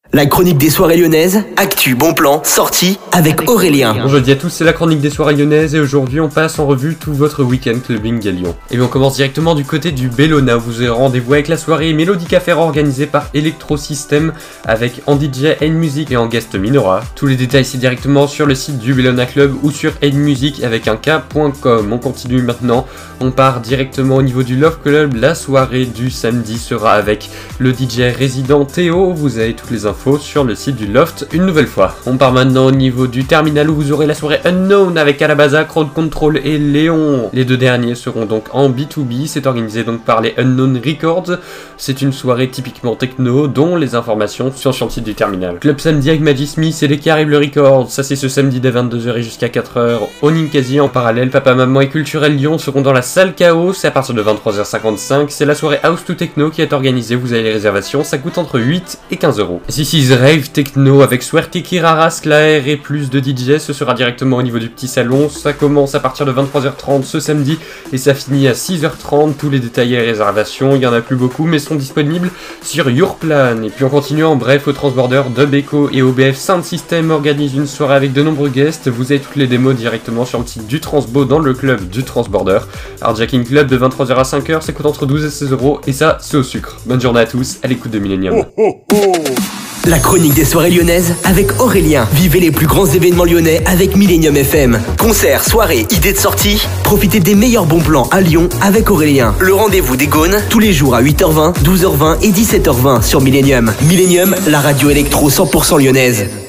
La chronique des soirées lyonnaises, actu, bon plan, sortie avec Aurélien. Bonjour à tous, c'est la chronique des soirées lyonnaises et aujourd'hui on passe en revue tout votre week-end clubbing à Lyon. Et on commence directement du côté du Bellona, vous aurez rendez-vous avec la soirée Mélodica Ferra organisée par Electrosystem avec en DJ N-Music et en guest Minora. Tous les détails c'est directement sur le site du Bellona Club ou sur N-Music avec un k.com. On continue maintenant, on part directement au niveau du Love Club. La soirée du samedi sera avec le DJ résident Théo, vous avez toutes les infos sur le site du Loft une nouvelle fois. On part maintenant au niveau du terminal où vous aurez la soirée Unknown avec Alabaza, Crowd Control et Léon. Les deux derniers seront donc en B2B, c'est organisé donc par les Unknown Records. C'est une soirée typiquement techno dont les informations sont sur le site du terminal. Club samedi avec Maggie Smith et les Caribles Records, ça c'est ce samedi dès 22h et jusqu'à 4h. Au Ninkasi en parallèle, Papa Maman et Culturel Lyon seront dans la salle Chaos, c'est à partir de 23h55. C'est la soirée House to Techno qui est organisée, vous avez les réservations, ça coûte entre 8 et 15 euros. This is Rave Techno avec Swerty Kirara, Sklaer et plus de DJ, ce sera directement au niveau du petit salon, ça commence à partir de 23h30 ce samedi et ça finit à 6h30, tous les détails et réservations, il y en a plus beaucoup mais sont disponibles sur Yourplan. Et puis on continue en bref, au Transborder, Dub Echo et OBF Sound System organisent une soirée avec de nombreux guests, vous avez toutes les démos directement sur le site du Transbo dans le club du Transborder. Hardjacking Club de 23h à 5h, ça coûte entre 12 et 16 euros et ça c'est au sucre. Bonne journée à tous, à l'écoute de Millennium. La chronique des soirées lyonnaises avec Aurélien. Vivez les plus grands événements lyonnais avec Millennium FM. Concerts, soirées, idées de sortie. Profitez des meilleurs bons plans à Lyon avec Aurélien. Le rendez-vous des Gaunes, tous les jours à 8h20, 12h20 et 17h20 sur Millennium. Millennium, la radio électro 100% lyonnaise.